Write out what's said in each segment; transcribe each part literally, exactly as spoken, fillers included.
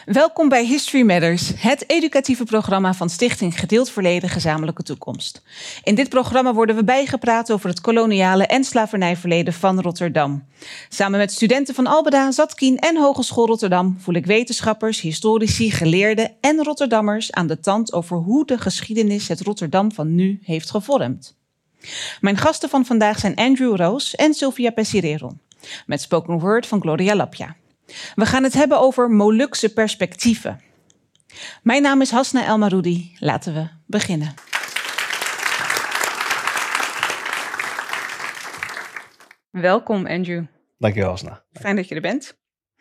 Welkom bij History Matters, het educatieve programma van Stichting Gedeeld Verleden Gezamenlijke Toekomst. In dit programma worden we bijgepraat over het koloniale en slavernijverleden van Rotterdam. Samen met studenten van Albeda, Zatkien en Hogeschool Rotterdam voel ik wetenschappers, historici, geleerden en Rotterdammers aan de tand over hoe de geschiedenis het Rotterdam van nu heeft gevormd. Mijn gasten van vandaag zijn Andrew Roos en Sylvia Pessirero, met spoken word van Gloria Lapja. We gaan het hebben over Molukse perspectieven. Mijn naam is Hasna Elmaroudi. Laten we beginnen. Welkom, Andrew. Dankjewel, Hasna. Fijn dat je er bent.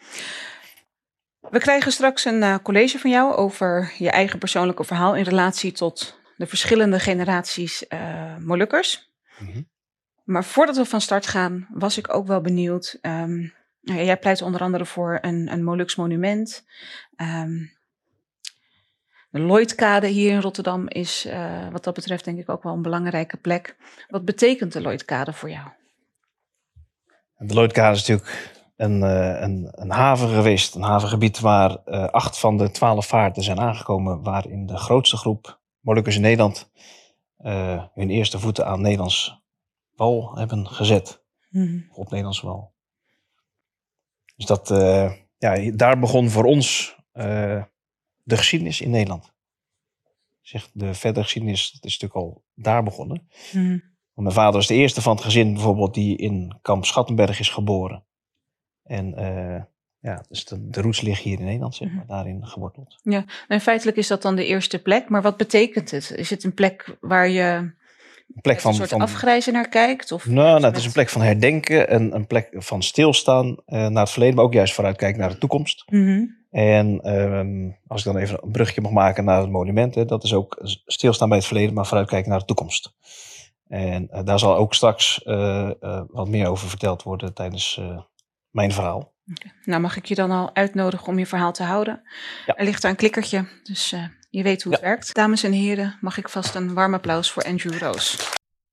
We krijgen straks een uh, college van jou over je eigen persoonlijke verhaal in relatie tot de verschillende generaties uh, Molukkers. Mm-hmm. Maar voordat we van start gaan, was ik ook wel benieuwd. Um, Nou ja, jij pleit onder andere voor een, een Moluks monument. Um, de Lloydkade hier in Rotterdam is uh, wat dat betreft denk ik ook wel een belangrijke plek. Wat betekent de Lloydkade voor jou? De Lloydkade is natuurlijk een, uh, een, een haven geweest. Een havengebied waar uh, acht van de twaalf vaarten zijn aangekomen. Waarin de grootste groep Molukkers in Nederland uh, hun eerste voeten aan Nederlands wal hebben gezet. Mm-hmm. Op Nederlands wal. Dus dat, uh, ja, daar begon voor ons uh, de geschiedenis in Nederland. Zeg, de verdere geschiedenis, dat is natuurlijk al daar begonnen. Mm. Want mijn vader is de eerste van het gezin bijvoorbeeld die in Kamp Schattenberg is geboren. En uh, ja, dus de, de roots liggen hier in Nederland, zeg maar, mm. daarin geworteld. Ja, en feitelijk is dat dan de eerste plek. Maar wat betekent het? Is het een plek waar je een, plek van, een soort van, afgrijzen naar kijkt? Of nou, nou, het is een plek van herdenken, en een plek van stilstaan uh, naar het verleden, maar ook juist vooruitkijken naar de toekomst. Mm-hmm. En um, als ik dan even een brugje mag maken naar het monument, hè, dat is ook stilstaan bij het verleden, maar vooruitkijken naar de toekomst. En uh, daar zal ook straks uh, uh, wat meer over verteld worden tijdens uh, mijn verhaal. Okay. Nou, mag ik je dan al uitnodigen om je verhaal te houden? Ja. Er ligt daar een klikkertje, dus uh, je weet hoe het ja. werkt. Dames en heren, mag ik vast een warm applaus voor Andrew Roos.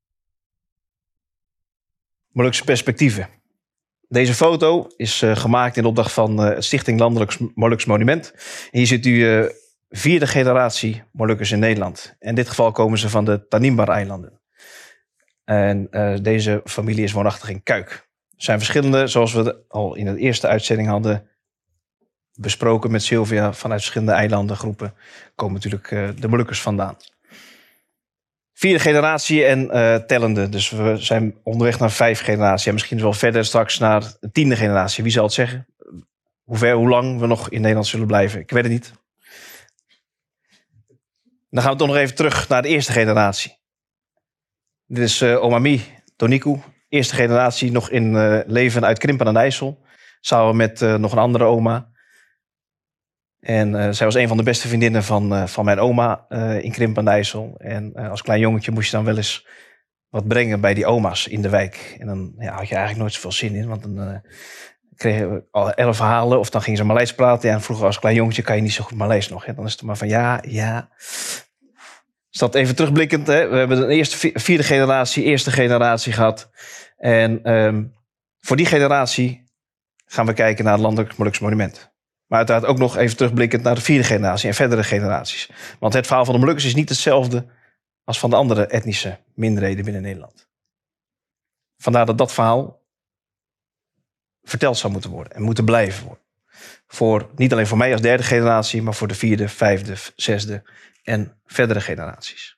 Molukse perspectieven. Deze foto is uh, gemaakt in opdracht van uh, Stichting Landelijk Moluks Monument. En hier ziet u uh, vierde generatie Molukkers in Nederland. In dit geval komen ze van de Tanimbar-eilanden. En uh, deze familie is woonachtig in Kuik. Er zijn verschillende, zoals we al in de eerste uitzending hadden besproken met Sylvia, vanuit verschillende eilandengroepen komen natuurlijk uh, de Molukkers vandaan. Vierde generatie en uh, tellende. Dus we zijn onderweg naar vijf generaties. En misschien wel verder straks naar de tiende generatie. Wie zal het zeggen? Hoe ver, hoe lang we nog in Nederland zullen blijven? Ik weet het niet. Dan gaan we toch nog even terug naar de eerste generatie. Dit is uh, oma Mie Toniku. Eerste generatie nog in uh, leven uit Krimpen aan de IJssel. Samen met uh, nog een andere oma. En uh, zij was een van de beste vriendinnen van, uh, van mijn oma uh, in Krimpen aan de IJssel. En uh, als klein jongetje moest je dan wel eens wat brengen bij die oma's in de wijk. En dan ja, had je eigenlijk nooit zoveel zin in. Want dan uh, kregen we al elf verhalen of dan gingen ze Maleis praten. Ja, en vroeger als klein jongetje kan je niet zo goed Maleis nog. Hè? Dan is het maar van ja, ja. Dus dat even terugblikkend. Hè? We hebben de eerste vierde generatie, eerste generatie gehad. En um, voor die generatie gaan we kijken naar het Landelijk Moluks Monument. Maar uiteraard ook nog even terugblikkend naar de vierde generatie en verdere generaties. Want het verhaal van de Molukkers is niet hetzelfde als van de andere etnische minderheden binnen Nederland. Vandaar dat dat verhaal verteld zou moeten worden en moeten blijven worden. Voor, niet alleen voor mij als derde generatie, maar voor de vierde, vijfde, zesde en verdere generaties.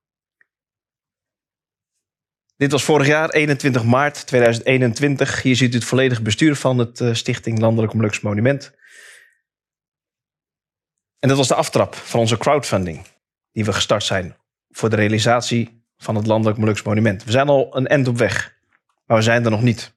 Dit was vorig jaar, eenentwintig maart tweeduizend eenentwintig. Hier ziet u het volledige bestuur van het uh, Stichting Landelijk Moluks Monument. En dat was de aftrap van onze crowdfunding die we gestart zijn voor de realisatie van het Landelijk Moluks Monument. We zijn al een eind op weg, maar we zijn er nog niet.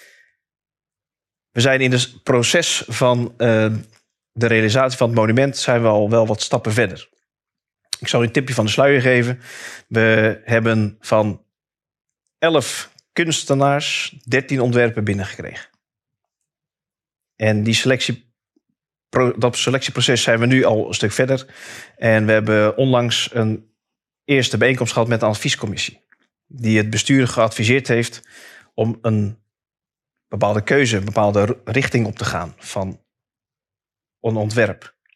We zijn in het proces van uh, de realisatie van het monument zijn we al wel wat stappen verder. Ik zal u een tipje van de sluier geven. We hebben van elf kunstenaars dertien ontwerpen binnengekregen. En die selectie dat selectieproces zijn we nu al een stuk verder. En we hebben onlangs een eerste bijeenkomst gehad met de adviescommissie. Die het bestuur geadviseerd heeft om een bepaalde keuze, een bepaalde richting op te gaan van een ontwerp.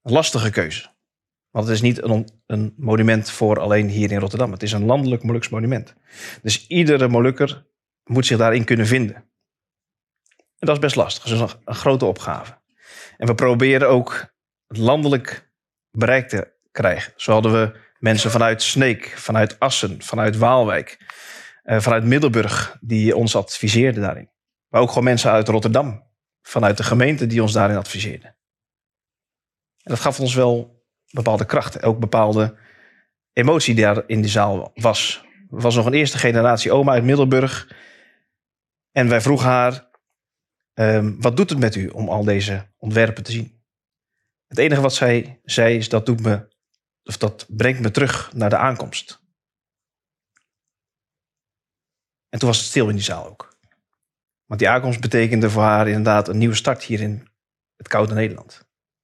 een lastige keuze. Want het is niet een, een monument voor alleen hier in Rotterdam. Het is een landelijk Moluks monument. Dus iedere Molukker moet zich daarin kunnen vinden. En dat is best lastig. Dat is een, een grote opgave. En we proberen ook het landelijk bereik te krijgen. Zo hadden we mensen vanuit Sneek, vanuit Assen, vanuit Waalwijk, uh, vanuit Middelburg die ons adviseerden daarin. Maar ook gewoon mensen uit Rotterdam, vanuit de gemeente die ons daarin adviseerden. En dat gaf ons wel bepaalde kracht, ook bepaalde emotie die daar in die zaal was. Er was nog een eerste generatie oma uit Middelburg. En wij vroegen haar, um, wat doet het met u om al deze ontwerpen te zien? Het enige wat zij zei is, dat doet me, of dat brengt me terug naar de aankomst. En toen was het stil in die zaal ook. Want die aankomst betekende voor haar inderdaad een nieuwe start hier in het koude Nederland.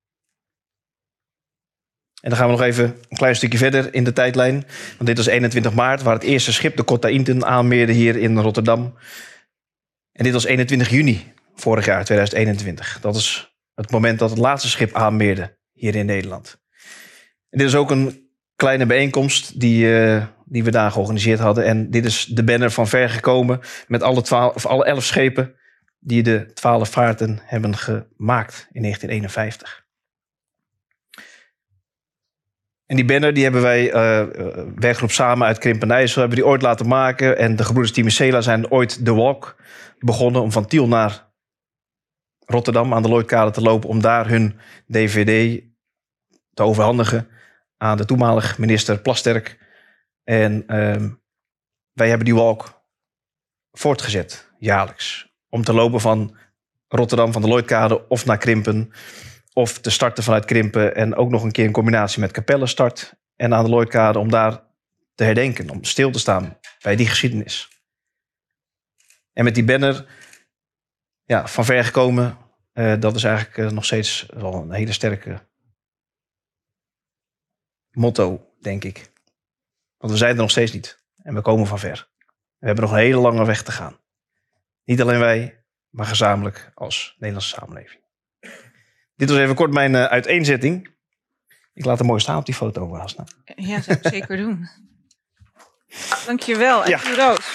En dan gaan we nog even een klein stukje verder in de tijdlijn. Want dit was eenentwintig maart, waar het eerste schip de Cotta Inten aanmeerde hier in Rotterdam. En dit was eenentwintig juni vorig jaar, tweeduizend eenentwintig. Dat is het moment dat het laatste schip aanmeerde hier in Nederland. En dit is ook een kleine bijeenkomst die, uh, die we daar georganiseerd hadden. En dit is de banner van ver gekomen met alle, twaalf, of alle elf schepen die de twaalf vaarten hebben gemaakt in negentien eenenvijftig. En die banner die hebben wij, uh, werkgroep Samen uit Krimpen en IJssel, hebben die ooit laten maken. En de gebroeders Timicela zijn ooit de walk begonnen om van Tiel naar Rotterdam aan de Lloydkade te lopen. Om daar hun D V D te overhandigen aan de toenmalige minister Plasterk. En uh, wij hebben die walk voortgezet, jaarlijks. Om te lopen van Rotterdam, van de Lloydkade of naar Krimpen. Of te starten vanuit Krimpen en ook nog een keer in combinatie met Capelle start. En aan de Lloydkade om daar te herdenken, om stil te staan bij die geschiedenis. En met die banner, ja, van ver gekomen, uh, dat is eigenlijk uh, nog steeds wel een hele sterke motto, denk ik. Want we zijn er nog steeds niet. En we komen van ver. We hebben nog een hele lange weg te gaan. Niet alleen wij, maar gezamenlijk als Nederlandse samenleving. Dit was even kort mijn uh, uiteenzetting. Ik laat hem mooi staan op die foto, Hasna. Ja, zou ik zeker doen. Dankjewel, ja. Andrew Roos.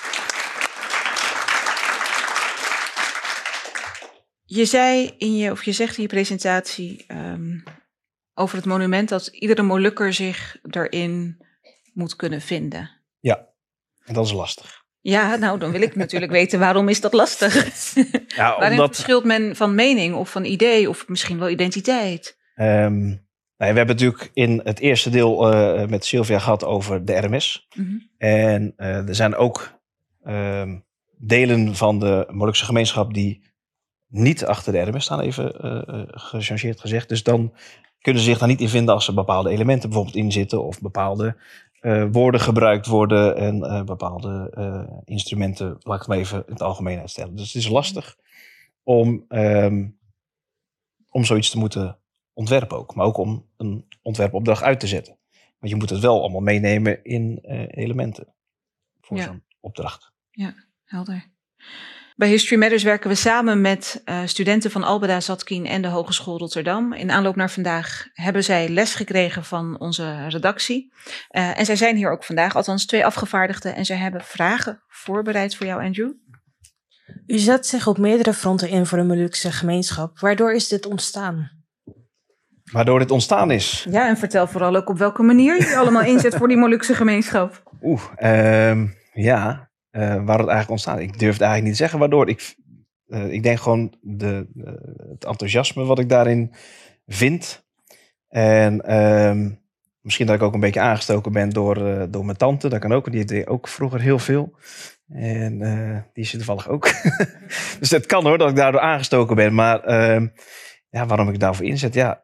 Je zei in je, of je zegt in je presentatie um, over het monument dat iedere Molukker zich erin moet kunnen vinden. Ja, en dat is lastig. Ja, nou dan wil ik natuurlijk weten, waarom is dat lastig? Ja, Waarin omdat, verschilt men van mening of van idee of misschien wel identiteit? Um, nee, we hebben natuurlijk in het eerste deel uh, met Sylvia gehad over de R M S. Mm-hmm. En uh, er zijn ook um, delen van de Molukse gemeenschap die niet achter de R M S staan, even uh, gechangeerd gezegd. Dus dan kunnen ze zich daar niet in vinden als er bepaalde elementen bijvoorbeeld in zitten of bepaalde uh, woorden gebruikt worden en uh, bepaalde uh, instrumenten, laat ik het maar even in het algemeen uitstellen. Dus het is lastig om, um, om zoiets te moeten ontwerpen ook, maar ook om een ontwerpopdracht uit te zetten. Want je moet het wel allemaal meenemen in uh, elementen voor ja. zo'n opdracht. Ja, helder. Bij History Matters werken we samen met uh, studenten van Albeda Zatkin en de Hogeschool Rotterdam. In aanloop naar vandaag hebben zij les gekregen van onze redactie. Uh, en zij zijn hier ook vandaag, althans twee afgevaardigden. En zij hebben vragen voorbereid voor jou, Andrew. U zet zich op meerdere fronten in voor de Molukse gemeenschap. Waardoor is dit ontstaan? Waardoor dit ontstaan is? Ja, en vertel vooral ook op welke manier je allemaal inzet voor die Molukse gemeenschap. Oeh, um, ja... Uh, waar het eigenlijk ontstaan. Ik durf het eigenlijk niet te zeggen waardoor. Ik, uh, ik denk gewoon de, uh, het enthousiasme wat ik daarin vind. En uh, misschien dat ik ook een beetje aangestoken ben door, uh, door mijn tante. Dat kan ook. Die deed ook vroeger heel veel. En uh, die is er toevallig ook. Dus het kan hoor dat ik daardoor aangestoken ben. Maar uh, ja, waarom ik daarvoor inzet? Ja...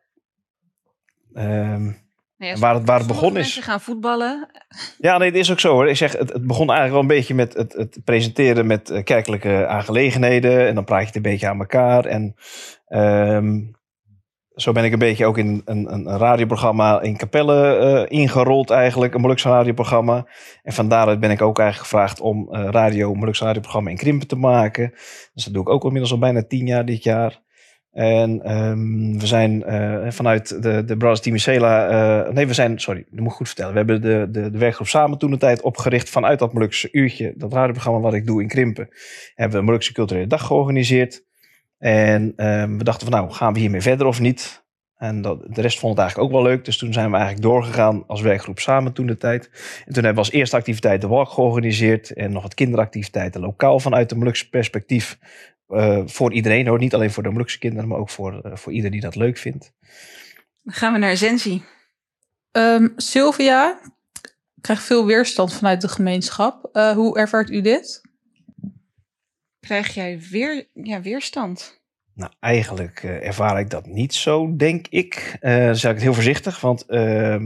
Uh, Nee, ja, waar het, waar het begonnen is. Mensen gaan voetballen. Ja, nee, het is ook zo hoor. Ik zeg, het, het begon eigenlijk wel een beetje met het, het presenteren met uh, kerkelijke aangelegenheden. En dan praat je het een beetje aan elkaar. En um, zo ben ik een beetje ook in een, een radioprogramma in Capelle uh, ingerold eigenlijk. Een Molukse radioprogramma. En van daaruit ben ik ook eigenlijk gevraagd om uh, radio, Molukse radioprogramma in Krimpen te maken. Dus dat doe ik ook inmiddels al bijna tien jaar dit jaar. En um, we zijn uh, vanuit de, de Brothers Timicela... Uh, nee, we zijn... Sorry, dat moet ik goed vertellen. We hebben de, de, de werkgroep Samen toen de tijd opgericht... vanuit dat Molukse uurtje, dat radioprogramma wat ik doe in Krimpen... hebben we een Molukse culturele dag georganiseerd. En um, we dachten van nou, gaan we hiermee verder of niet? En dat, de rest vond het eigenlijk ook wel leuk. Dus toen zijn we eigenlijk doorgegaan als werkgroep Samen toen de tijd. En toen hebben we als eerste activiteit de walk georganiseerd. En nog wat kinderactiviteiten lokaal vanuit een Molukse perspectief... Uh, voor iedereen hoor, niet alleen voor de Molukse kinderen, maar ook voor, uh, voor ieder die dat leuk vindt. Dan gaan we naar Zenzi. Um, Sylvia krijgt veel weerstand vanuit de gemeenschap. Uh, hoe ervaart u dit? Krijg jij weer, ja, weerstand? Nou, eigenlijk uh, ervaar ik dat niet zo, denk ik. Uh, dan zeg ik het heel voorzichtig, want uh,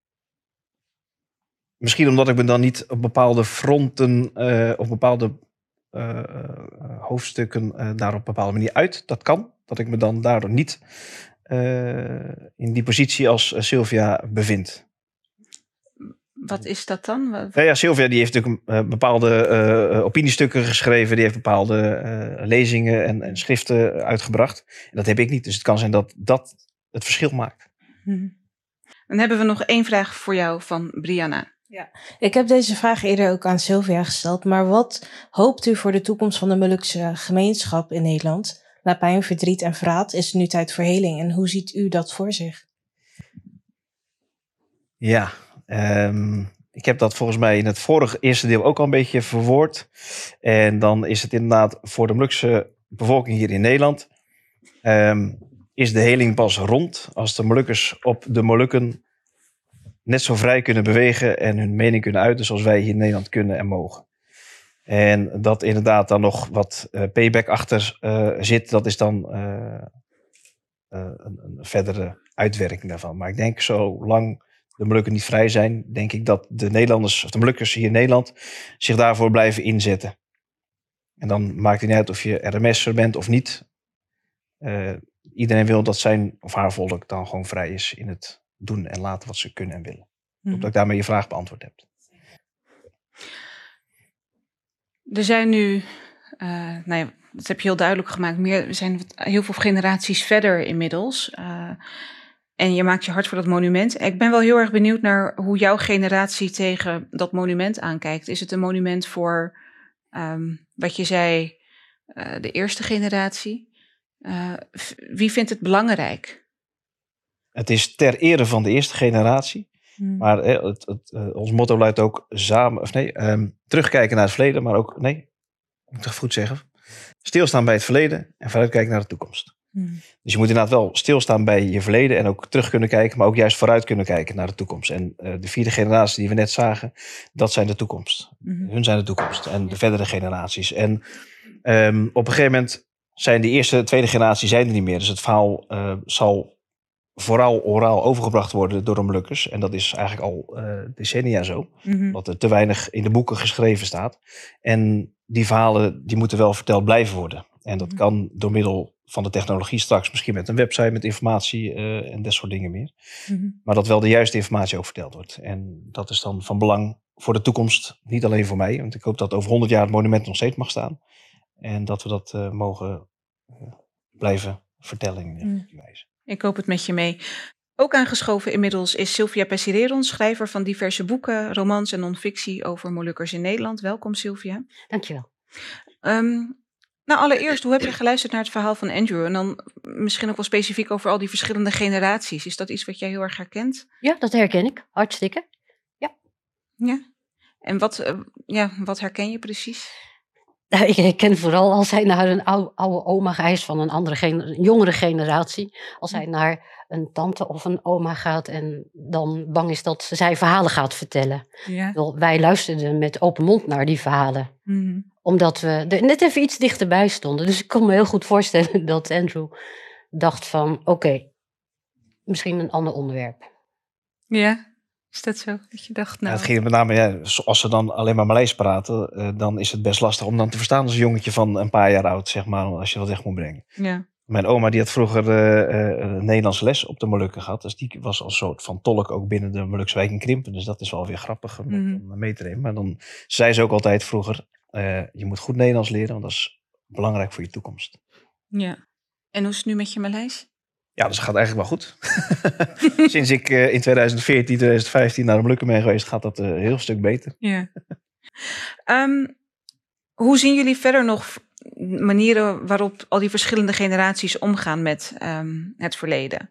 misschien omdat ik me dan niet op bepaalde fronten uh, of bepaalde Uh, uh, hoofdstukken uh, daar op een bepaalde manier uit. Dat kan. Dat ik me dan daardoor niet uh, in die positie als uh, Sylvia bevind. Wat is dat dan? Wat... Ja, ja, Sylvia die heeft natuurlijk uh, bepaalde uh, opiniestukken geschreven. Die heeft bepaalde uh, lezingen en, en schriften uitgebracht. En dat heb ik niet. Dus het kan zijn dat dat het verschil maakt. Hmm. Dan hebben we nog één vraag voor jou van Brianna. Ja, ik heb deze vraag eerder ook aan Sylvia gesteld, maar wat hoopt u voor de toekomst van de Molukse gemeenschap in Nederland? Na pijn, verdriet en verraad is het nu tijd voor heling en hoe ziet u dat voor zich? Ja, um, ik heb dat volgens mij in het vorige eerste deel ook al een beetje verwoord. En dan is het inderdaad voor de Molukse bevolking hier in Nederland, um, is de heling pas rond als de Molukkers op de Molukken net zo vrij kunnen bewegen en hun mening kunnen uiten zoals wij hier in Nederland kunnen en mogen. En dat inderdaad dan nog wat uh, payback achter uh, zit, dat is dan uh, uh, een, een verdere uitwerking daarvan. Maar ik denk zolang de Molukken niet vrij zijn, denk ik dat de Nederlanders, of de Molukkers hier in Nederland, zich daarvoor blijven inzetten. En dan maakt het niet uit of je R M S'er bent of niet. Uh, iedereen wil dat zijn of haar volk dan gewoon vrij is in het doen en laten wat ze kunnen en willen. Ik hoop dat ik daarmee je vraag beantwoord heb. Er zijn nu, uh, nou ja, dat heb je heel duidelijk gemaakt, meer, we zijn heel veel generaties verder inmiddels. Uh, en je maakt je hard voor dat monument. Ik ben wel heel erg benieuwd naar hoe jouw generatie tegen dat monument aankijkt. Is het een monument voor, um, wat je zei, uh, de eerste generatie? Uh, wie vindt het belangrijk? Het is ter ere van de eerste generatie. Hmm. Maar eh, het, het, uh, ons motto luidt ook samen, of nee, um, terugkijken naar het verleden, maar ook, nee, ik moet het goed zeggen. Stilstaan bij het verleden en vooruitkijken naar de toekomst. Hmm. Dus je moet inderdaad wel stilstaan bij je verleden en ook terug kunnen kijken, maar ook juist vooruit kunnen kijken naar de toekomst. En uh, de vierde generatie die we net zagen, dat zijn de toekomst. Hmm. Hun zijn de toekomst en de verdere generaties. En um, op een gegeven moment zijn die eerste, tweede generatie zijn er niet meer. Dus het verhaal uh, zal vooral oraal overgebracht worden door de Molukkers. En dat is eigenlijk al uh, decennia zo. Mm-hmm. Dat er te weinig in de boeken geschreven staat. En die verhalen die moeten wel verteld blijven worden. En dat mm-hmm. kan door middel van de technologie straks. Misschien met een website met informatie uh, en dat soort dingen meer. Mm-hmm. Maar dat wel de juiste informatie ook verteld wordt. En dat is dan van belang voor de toekomst. Niet alleen voor mij. Want ik hoop dat over honderd jaar het monument nog steeds mag staan. En dat we dat uh, mogen uh, blijven vertellen in mm. die wijze. Ik hoop het met je mee. Ook aangeschoven inmiddels is Sylvia Pessireron, schrijver van diverse boeken, romans en non-fictie over Molukkers in Nederland. Welkom Sylvia. Dankjewel. Um, nou, allereerst, hoe heb je geluisterd naar het verhaal van Andrew? En dan misschien ook wel specifiek over al die verschillende generaties. Is dat iets wat jij heel erg herkent? Ja, dat herken ik. Hartstikke. Ja. Ja. En wat, uh, ja, wat herken je precies? Nou, ik herken vooral als hij naar een oude, oude oma gaat van een, andere gener- een jongere generatie. Als hij naar een tante of een oma gaat en dan bang is dat zij verhalen gaat vertellen. Ja. Wel, wij luisterden met open mond naar die verhalen. Mm-hmm. Omdat we er net even iets dichterbij stonden. Dus ik kon me heel goed voorstellen dat Andrew dacht van oké, okay, misschien een ander onderwerp. Ja. Is dat zo? Dat je dacht, nou... Ja, het ging met name, ja, als ze dan alleen maar Maleis praten, uh, dan is het best lastig om dan te verstaan als een jongetje van een paar jaar oud, zeg maar, als je dat echt moet brengen. Ja. Mijn oma die had vroeger uh, uh, Nederlands les op de Molukken gehad, dus die was als soort van tolk ook binnen de Molukse wijk in Krimpen, dus dat is wel weer grappig om mm. mee te nemen. Maar dan zei ze ook altijd vroeger, uh, je moet goed Nederlands leren, want dat is belangrijk voor je toekomst. Ja. En hoe is het nu met je Maleis? Ja, dus het gaat eigenlijk wel goed. Sinds ik uh, in twintig veertien, twintig vijftien naar de Molukken ben geweest, gaat dat uh, een heel stuk beter. Ja. um, hoe zien jullie verder nog manieren waarop al die verschillende generaties omgaan met um, het verleden?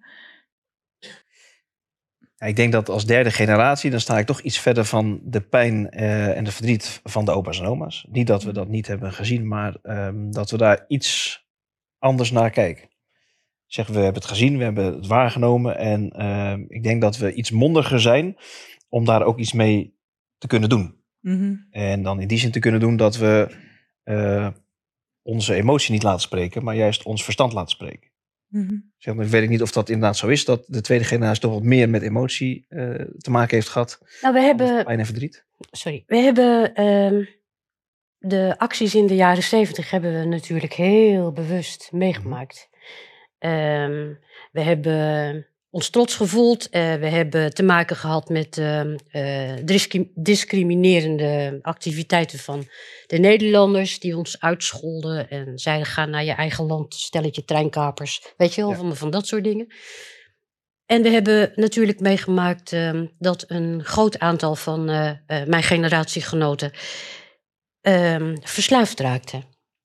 Ja, ik denk dat als derde generatie, dan sta ik toch iets verder van de pijn uh, en de verdriet van de opa's en oma's. Niet dat we dat niet hebben gezien, maar um, dat we daar iets anders naar kijken. Zeg, we hebben het gezien, we hebben het waargenomen en uh, ik denk dat we iets mondiger zijn om daar ook iets mee te kunnen doen. Mm-hmm. En dan in die zin te kunnen doen dat we uh, onze emotie niet laten spreken, maar juist ons verstand laten spreken. Mm-hmm. Zeg maar, ik weet niet of dat inderdaad zo is, dat de tweede generatie toch wat meer met emotie uh, te maken heeft gehad. Nou, we hebben pijn en verdriet. Sorry, we hebben uh, de acties in de jaren zeventig hebben we natuurlijk heel bewust meegemaakt. Um, we hebben ons trots gevoeld. Uh, we hebben te maken gehad met uh, uh, discri- discriminerende activiteiten van de Nederlanders die ons uitscholden en zeiden: ga naar je eigen land, stelletje treinkapers. Weet je wel, ja. van, van dat soort dingen. En we hebben natuurlijk meegemaakt uh, dat een groot aantal van uh, uh, mijn generatiegenoten uh, verslaafd raakte.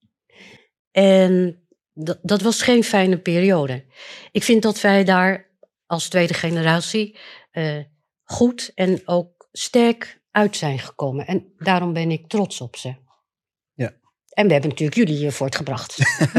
En dat, dat was geen fijne periode. Ik vind dat wij daar als tweede generatie uh, goed en ook sterk uit zijn gekomen. En daarom ben ik trots op ze. Ja. En we hebben natuurlijk jullie hier voortgebracht.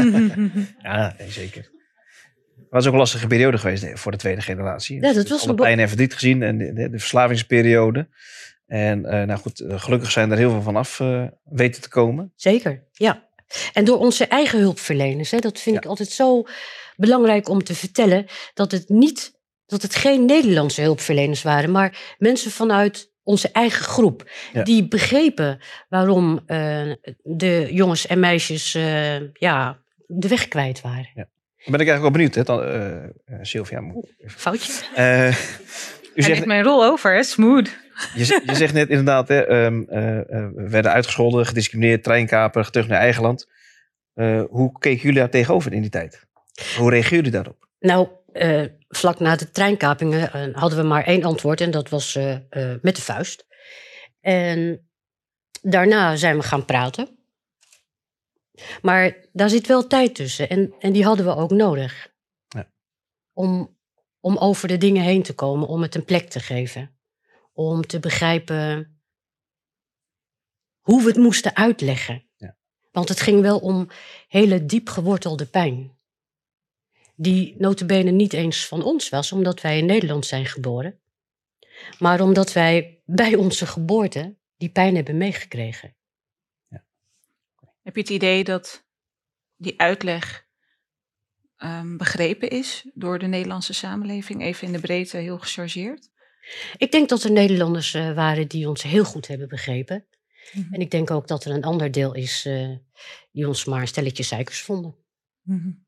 Ja, zeker. Het was ook een lastige periode geweest voor de tweede generatie. Ja, dat was alle pijn en verdriet gezien en de, de, de verslavingsperiode. En uh, nou goed, gelukkig zijn er heel veel van af uh, weten te komen. Zeker, ja. En door onze eigen hulpverleners. Hè, dat vind ja. ik altijd zo belangrijk om te vertellen. Dat het, niet, dat het geen Nederlandse hulpverleners waren. Maar mensen vanuit onze eigen groep. Ja. Die begrepen waarom uh, de jongens en meisjes uh, ja, de weg kwijt waren. Ja. Dan ben ik eigenlijk wel benieuwd. Hè? Dan, uh, uh, Sylvia. Foutje. Uh, u zegt ik mijn rol over, hè? Smooth. Je, je zegt net inderdaad, hè, um, uh, uh, we werden uitgescholden, gediscrimineerd, treinkaper, terug naar eigen land. Uh, hoe keken jullie daar tegenover in die tijd? Hoe reageerden jullie daarop? Nou, uh, vlak na de treinkapingen uh, hadden we maar één antwoord en dat was uh, uh, met de vuist. En daarna zijn we gaan praten. Maar daar zit wel tijd tussen en, en die hadden we ook nodig. Ja. Om, om over de dingen heen te komen, om het een plek te geven. Om te begrijpen hoe we het moesten uitleggen. Ja. Want het ging wel om hele diep gewortelde pijn. Die nota bene niet eens van ons was, omdat wij in Nederland zijn geboren. Maar omdat wij bij onze geboorte die pijn hebben meegekregen. Ja. Heb je het idee dat die uitleg um, begrepen is door de Nederlandse samenleving? Even in de breedte heel gechargeerd. Ik denk dat er Nederlanders uh, waren die ons heel goed hebben begrepen. Mm-hmm. En ik denk ook dat er een ander deel is uh, die ons maar een stelletje zeikers vonden. Mm-hmm.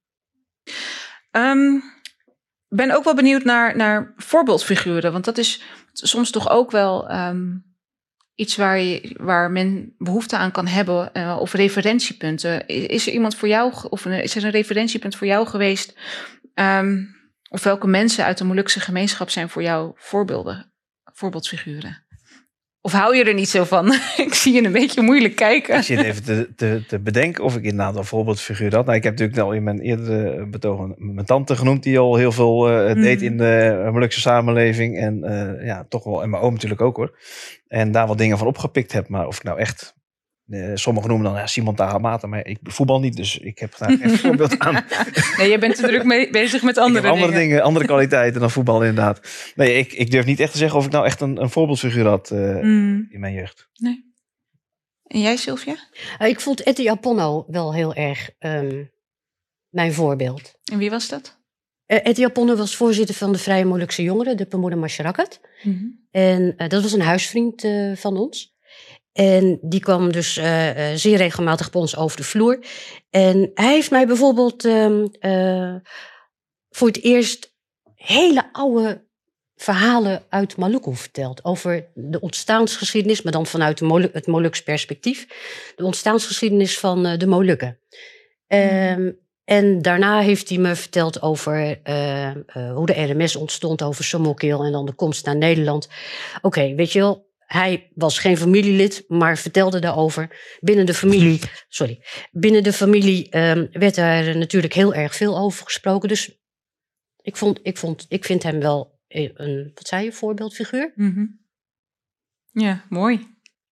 Um, ik ben ook wel benieuwd naar, naar voorbeeldfiguren. Want dat is soms toch ook wel um, iets waar, je, waar men behoefte aan kan hebben. Uh, of referentiepunten. Is er iemand voor jou, of een, is er een referentiepunt voor jou geweest? Um, Of welke mensen uit de Molukse gemeenschap zijn voor jou voorbeelden, voorbeeldfiguren? Of hou je er niet zo van? Ik zie je een beetje moeilijk kijken. Ik zit even te, te, te bedenken of ik inderdaad een voorbeeldfiguur had. Nou, ik heb natuurlijk al in mijn eerdere betogen mijn tante genoemd, die al heel veel uh, deed mm. in de Molukse samenleving. En uh, ja, toch wel, en mijn oom natuurlijk ook hoor. En daar wat dingen van opgepikt heb. Maar of ik nou echt... Uh, sommigen noemen dan ja, Simon Tahamata, maar ik voetbal niet, dus ik heb daar geen voorbeeld aan. Nee, je bent te druk mee bezig met andere, andere dingen. dingen. Andere kwaliteiten dan voetbal inderdaad. Nee, ik, ik durf niet echt te zeggen of ik nou echt een, een voorbeeldfiguur had uh, mm. in mijn jeugd. Nee. En jij, Sylvia? Uh, ik vond Etty Aponno wel heel erg um, mijn voorbeeld. En wie was dat? Uh, Etty Aponno was voorzitter van de Vrije Molukse Jongeren, de Pemuda Masyarakat. Mm-hmm. En uh, dat was een huisvriend uh, van ons. En die kwam dus uh, uh, zeer regelmatig bij ons over de vloer. En hij heeft mij bijvoorbeeld um, uh, voor het eerst hele oude verhalen uit Maluku verteld. Over de ontstaansgeschiedenis, maar dan vanuit de Molu- het Moluks perspectief. De ontstaansgeschiedenis van uh, de Molukken. Um, En daarna heeft hij me verteld over uh, uh, hoe de R M S ontstond, over Sommerkill en dan de komst naar Nederland. Oké, okay, weet je wel, hij was geen familielid, maar vertelde daarover. Binnen de familie, sorry, binnen de familie um, werd er natuurlijk heel erg veel over gesproken. Dus ik, vond, ik, vond, ik vind hem wel een, wat zei je, voorbeeldfiguur. Mm-hmm. Ja, mooi.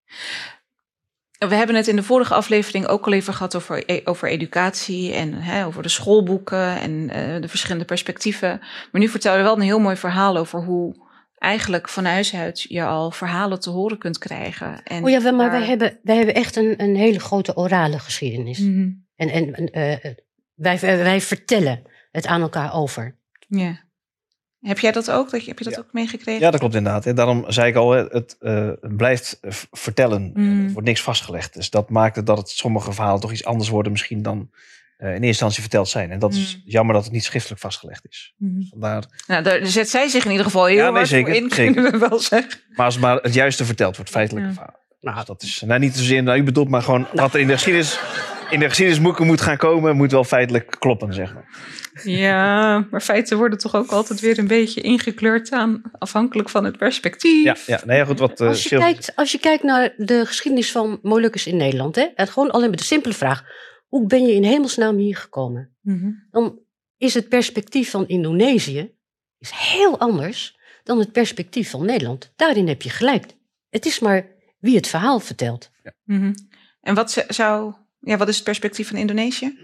We hebben het in de vorige aflevering ook al even gehad over, over educatie en hè, over de schoolboeken en uh, de verschillende perspectieven. Maar nu vertel je wel een heel mooi verhaal over hoe eigenlijk van huis uit je al verhalen te horen kunt krijgen. En oh ja, maar daar... wij, hebben, wij hebben echt een, een hele grote orale geschiedenis. Mm-hmm. En, en uh, wij, wij vertellen het aan elkaar over. Ja. Heb jij dat ook? Heb je dat ja. ook meegekregen? Ja, dat klopt inderdaad. En daarom zei ik al, het, uh, het blijft vertellen. Mm. Er wordt niks vastgelegd. Dus dat maakt het dat het sommige verhalen toch iets anders worden misschien dan uh, in eerste instantie verteld zijn. En dat mm. is jammer dat het niet schriftelijk vastgelegd is. Mm. Vandaar... Nou, daar zet zij zich in ieder geval heel ja, nee, hard zeker, voor in, zeker. kunnen we wel zeggen. Maar als het maar het juiste verteld wordt, feitelijke ja. verhaal. Nou, dus dat is nou, niet zozeer naar u bedoeld, maar gewoon nou. wat er in de geschiedenis... in de geschiedenisboeken moet gaan komen, moet wel feitelijk kloppen, zeg maar. Ja, maar feiten worden toch ook altijd weer een beetje ingekleurd aan, afhankelijk van het perspectief. Ja, ja. Nee, goed, wat, uh, als, je kijkt, als je kijkt naar de geschiedenis van Molukkers in Nederland, hè, en gewoon alleen met de simpele vraag, hoe ben je in hemelsnaam hier gekomen? Mm-hmm. Dan is het perspectief van Indonesië is heel anders dan het perspectief van Nederland. Daarin heb je gelijk. Het is maar wie het verhaal vertelt. Ja. Mm-hmm. En wat zou... Ja, wat is het perspectief van Indonesië?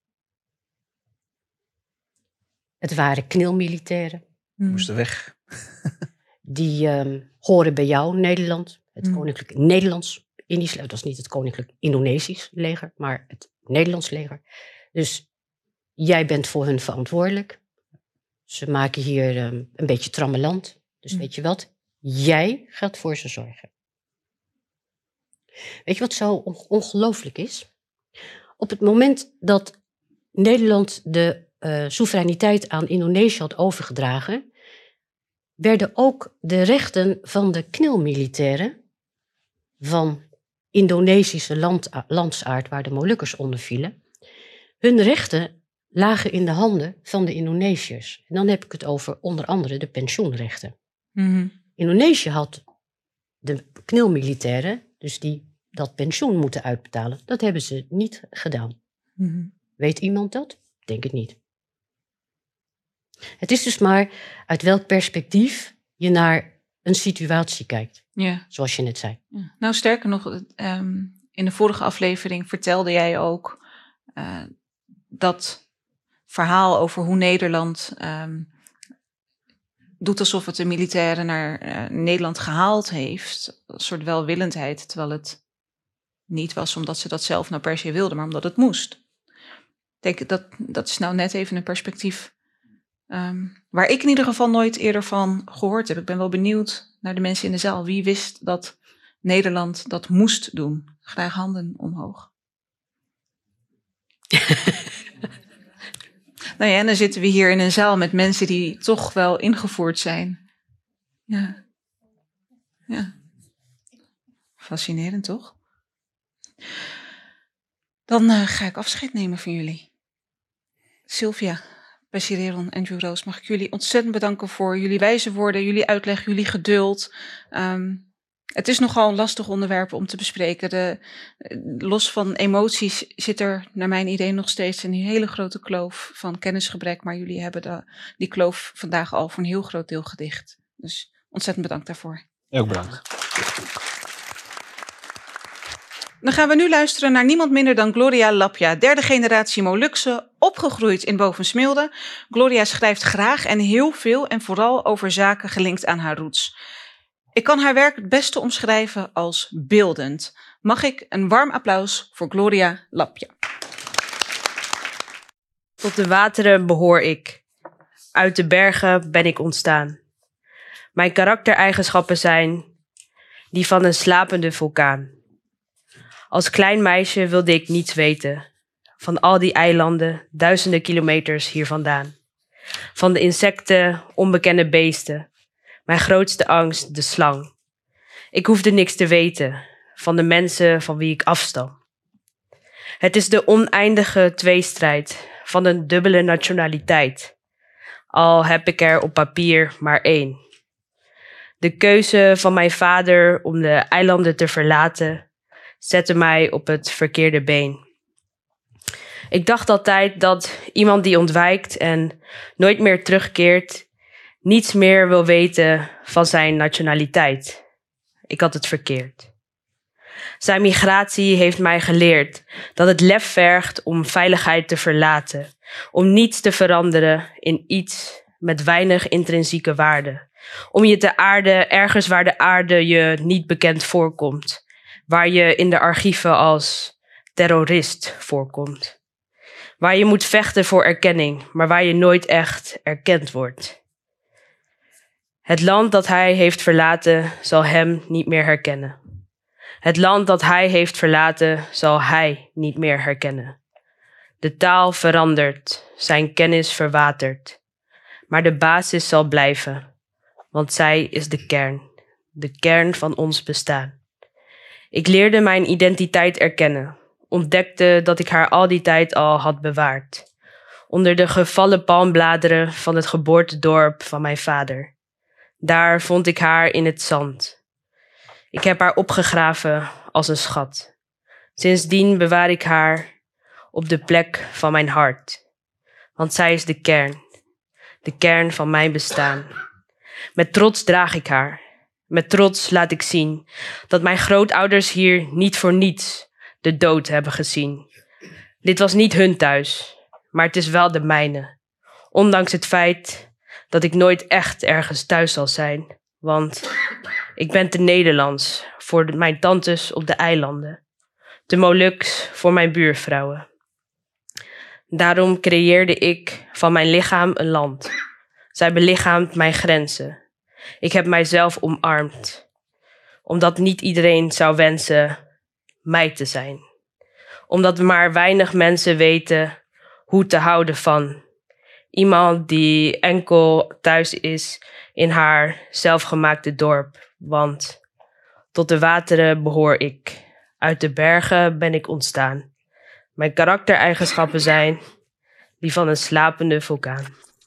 Het waren knilmilitairen. Mm. Moesten weg. Die um, horen bij jou, Nederland. Het mm. Koninklijk Nederlands Indisch leger. Dat was niet het Koninklijk Indonesisch leger, maar het Nederlands leger. Dus jij bent voor hun verantwoordelijk. Ze maken hier um, een beetje trammeland. Dus mm. weet je wat? Jij gaat voor ze zorgen. Weet je wat zo ongelooflijk is? Op het moment dat Nederland de uh, soevereiniteit aan Indonesië had overgedragen, werden ook de rechten van de knilmilitairen van Indonesische land, landsaard, waar de Molukkers onder vielen, hun rechten lagen in de handen van de Indonesiërs. En dan heb ik het over onder andere de pensioenrechten. Mm-hmm. Indonesië had de knilmilitairen, dus die dat pensioen moeten uitbetalen. Dat hebben ze niet gedaan. Mm-hmm. Weet iemand dat? Denk het niet. Het is dus maar uit welk perspectief je naar een situatie kijkt. Ja. Zoals je net zei. Ja. Nou, sterker nog, um, in de vorige aflevering vertelde jij ook uh, dat verhaal over hoe Nederland um, doet alsof het de militairen naar uh, Nederland gehaald heeft. Een soort welwillendheid, terwijl het niet was omdat ze dat zelf nou per se wilden, maar omdat het moest. Ik denk dat dat is nou net even een perspectief um, waar ik in ieder geval nooit eerder van gehoord heb. Ik ben wel benieuwd naar de mensen in de zaal. Wie wist dat Nederland dat moest doen? Graag handen omhoog. Nou ja, en dan zitten we hier in een zaal met mensen die toch wel ingevoerd zijn. Ja. Ja. Fascinerend, toch? Dan uh, ga ik afscheid nemen van jullie. Sylvia, Basireron, Andrew Roos, mag ik jullie ontzettend bedanken voor jullie wijze woorden, jullie uitleg, jullie geduld. Um, het is nogal een lastig onderwerp om te bespreken. De, los van emoties zit er naar mijn idee nog steeds een hele grote kloof van kennisgebrek. Maar jullie hebben de, die kloof vandaag al voor een heel groot deel gedicht. Dus ontzettend bedankt daarvoor. Ook bedankt. Dan gaan we nu luisteren naar niemand minder dan Gloria Lapja, derde generatie Molukse, opgegroeid in Bovensmilde. Gloria schrijft graag en heel veel en vooral over zaken gelinkt aan haar roots. Ik kan haar werk het beste omschrijven als beeldend. Mag ik een warm applaus voor Gloria Lapja. Tot de wateren behoor ik. Uit de bergen ben ik ontstaan. Mijn karaktereigenschappen zijn die van een slapende vulkaan. Als klein meisje wilde ik niets weten van al die eilanden, duizenden kilometers hier vandaan. Van de insecten, onbekende beesten. Mijn grootste angst, de slang. Ik hoefde niks te weten van de mensen van wie ik afstam. Het is de oneindige tweestrijd van een dubbele nationaliteit. Al heb ik er op papier maar één. De keuze van mijn vader om de eilanden te verlaten zette mij op het verkeerde been. Ik dacht altijd dat iemand die ontwijkt en nooit meer terugkeert, niets meer wil weten van zijn nationaliteit. Ik had het verkeerd. Zijn migratie heeft mij geleerd dat het lef vergt om veiligheid te verlaten, om niets te veranderen in iets met weinig intrinsieke waarde, om je te aarden ergens waar de aarde je niet bekend voorkomt, waar je in de archieven als terrorist voorkomt, waar je moet vechten voor erkenning, maar waar je nooit echt erkend wordt. Het land dat hij heeft verlaten zal hem niet meer herkennen. Het land dat hij heeft verlaten zal hij niet meer herkennen. De taal verandert, zijn kennis verwatert. Maar de basis zal blijven, want zij is de kern, de kern van ons bestaan. Ik leerde mijn identiteit erkennen, ontdekte dat ik haar al die tijd al had bewaard. Onder de gevallen palmbladeren van het geboortedorp van mijn vader. Daar vond ik haar in het zand. Ik heb haar opgegraven als een schat. Sindsdien bewaar ik haar op de plek van mijn hart. Want zij is de kern, de kern van mijn bestaan. Met trots draag ik haar. Met trots laat ik zien dat mijn grootouders hier niet voor niets de dood hebben gezien. Dit was niet hun thuis, maar het is wel de mijne. Ondanks het feit dat ik nooit echt ergens thuis zal zijn. Want ik ben te Nederlands voor de, mijn tantes op de eilanden. Te Moluks voor mijn buurvrouwen. Daarom creëerde ik van mijn lichaam een land. Zij belichaamt mijn grenzen. Ik heb mijzelf omarmd. Omdat niet iedereen zou wensen mij te zijn. Omdat maar weinig mensen weten hoe te houden van. Iemand die enkel thuis is in haar zelfgemaakte dorp. Want tot de wateren behoor ik. Uit de bergen ben ik ontstaan. Mijn karaktereigenschappen zijn die van een slapende vulkaan.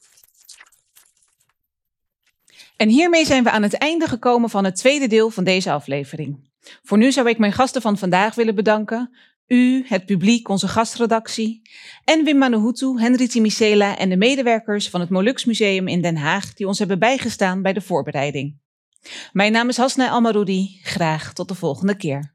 En hiermee zijn we aan het einde gekomen van het tweede deel van deze aflevering. Voor nu zou ik mijn gasten van vandaag willen bedanken. U, het publiek, onze gastredactie. En Wim Manuhutu, Henry Timisela en de medewerkers van het Moluks Museum in Den Haag die ons hebben bijgestaan bij de voorbereiding. Mijn naam is Hasna Almaroudi. Graag tot de volgende keer.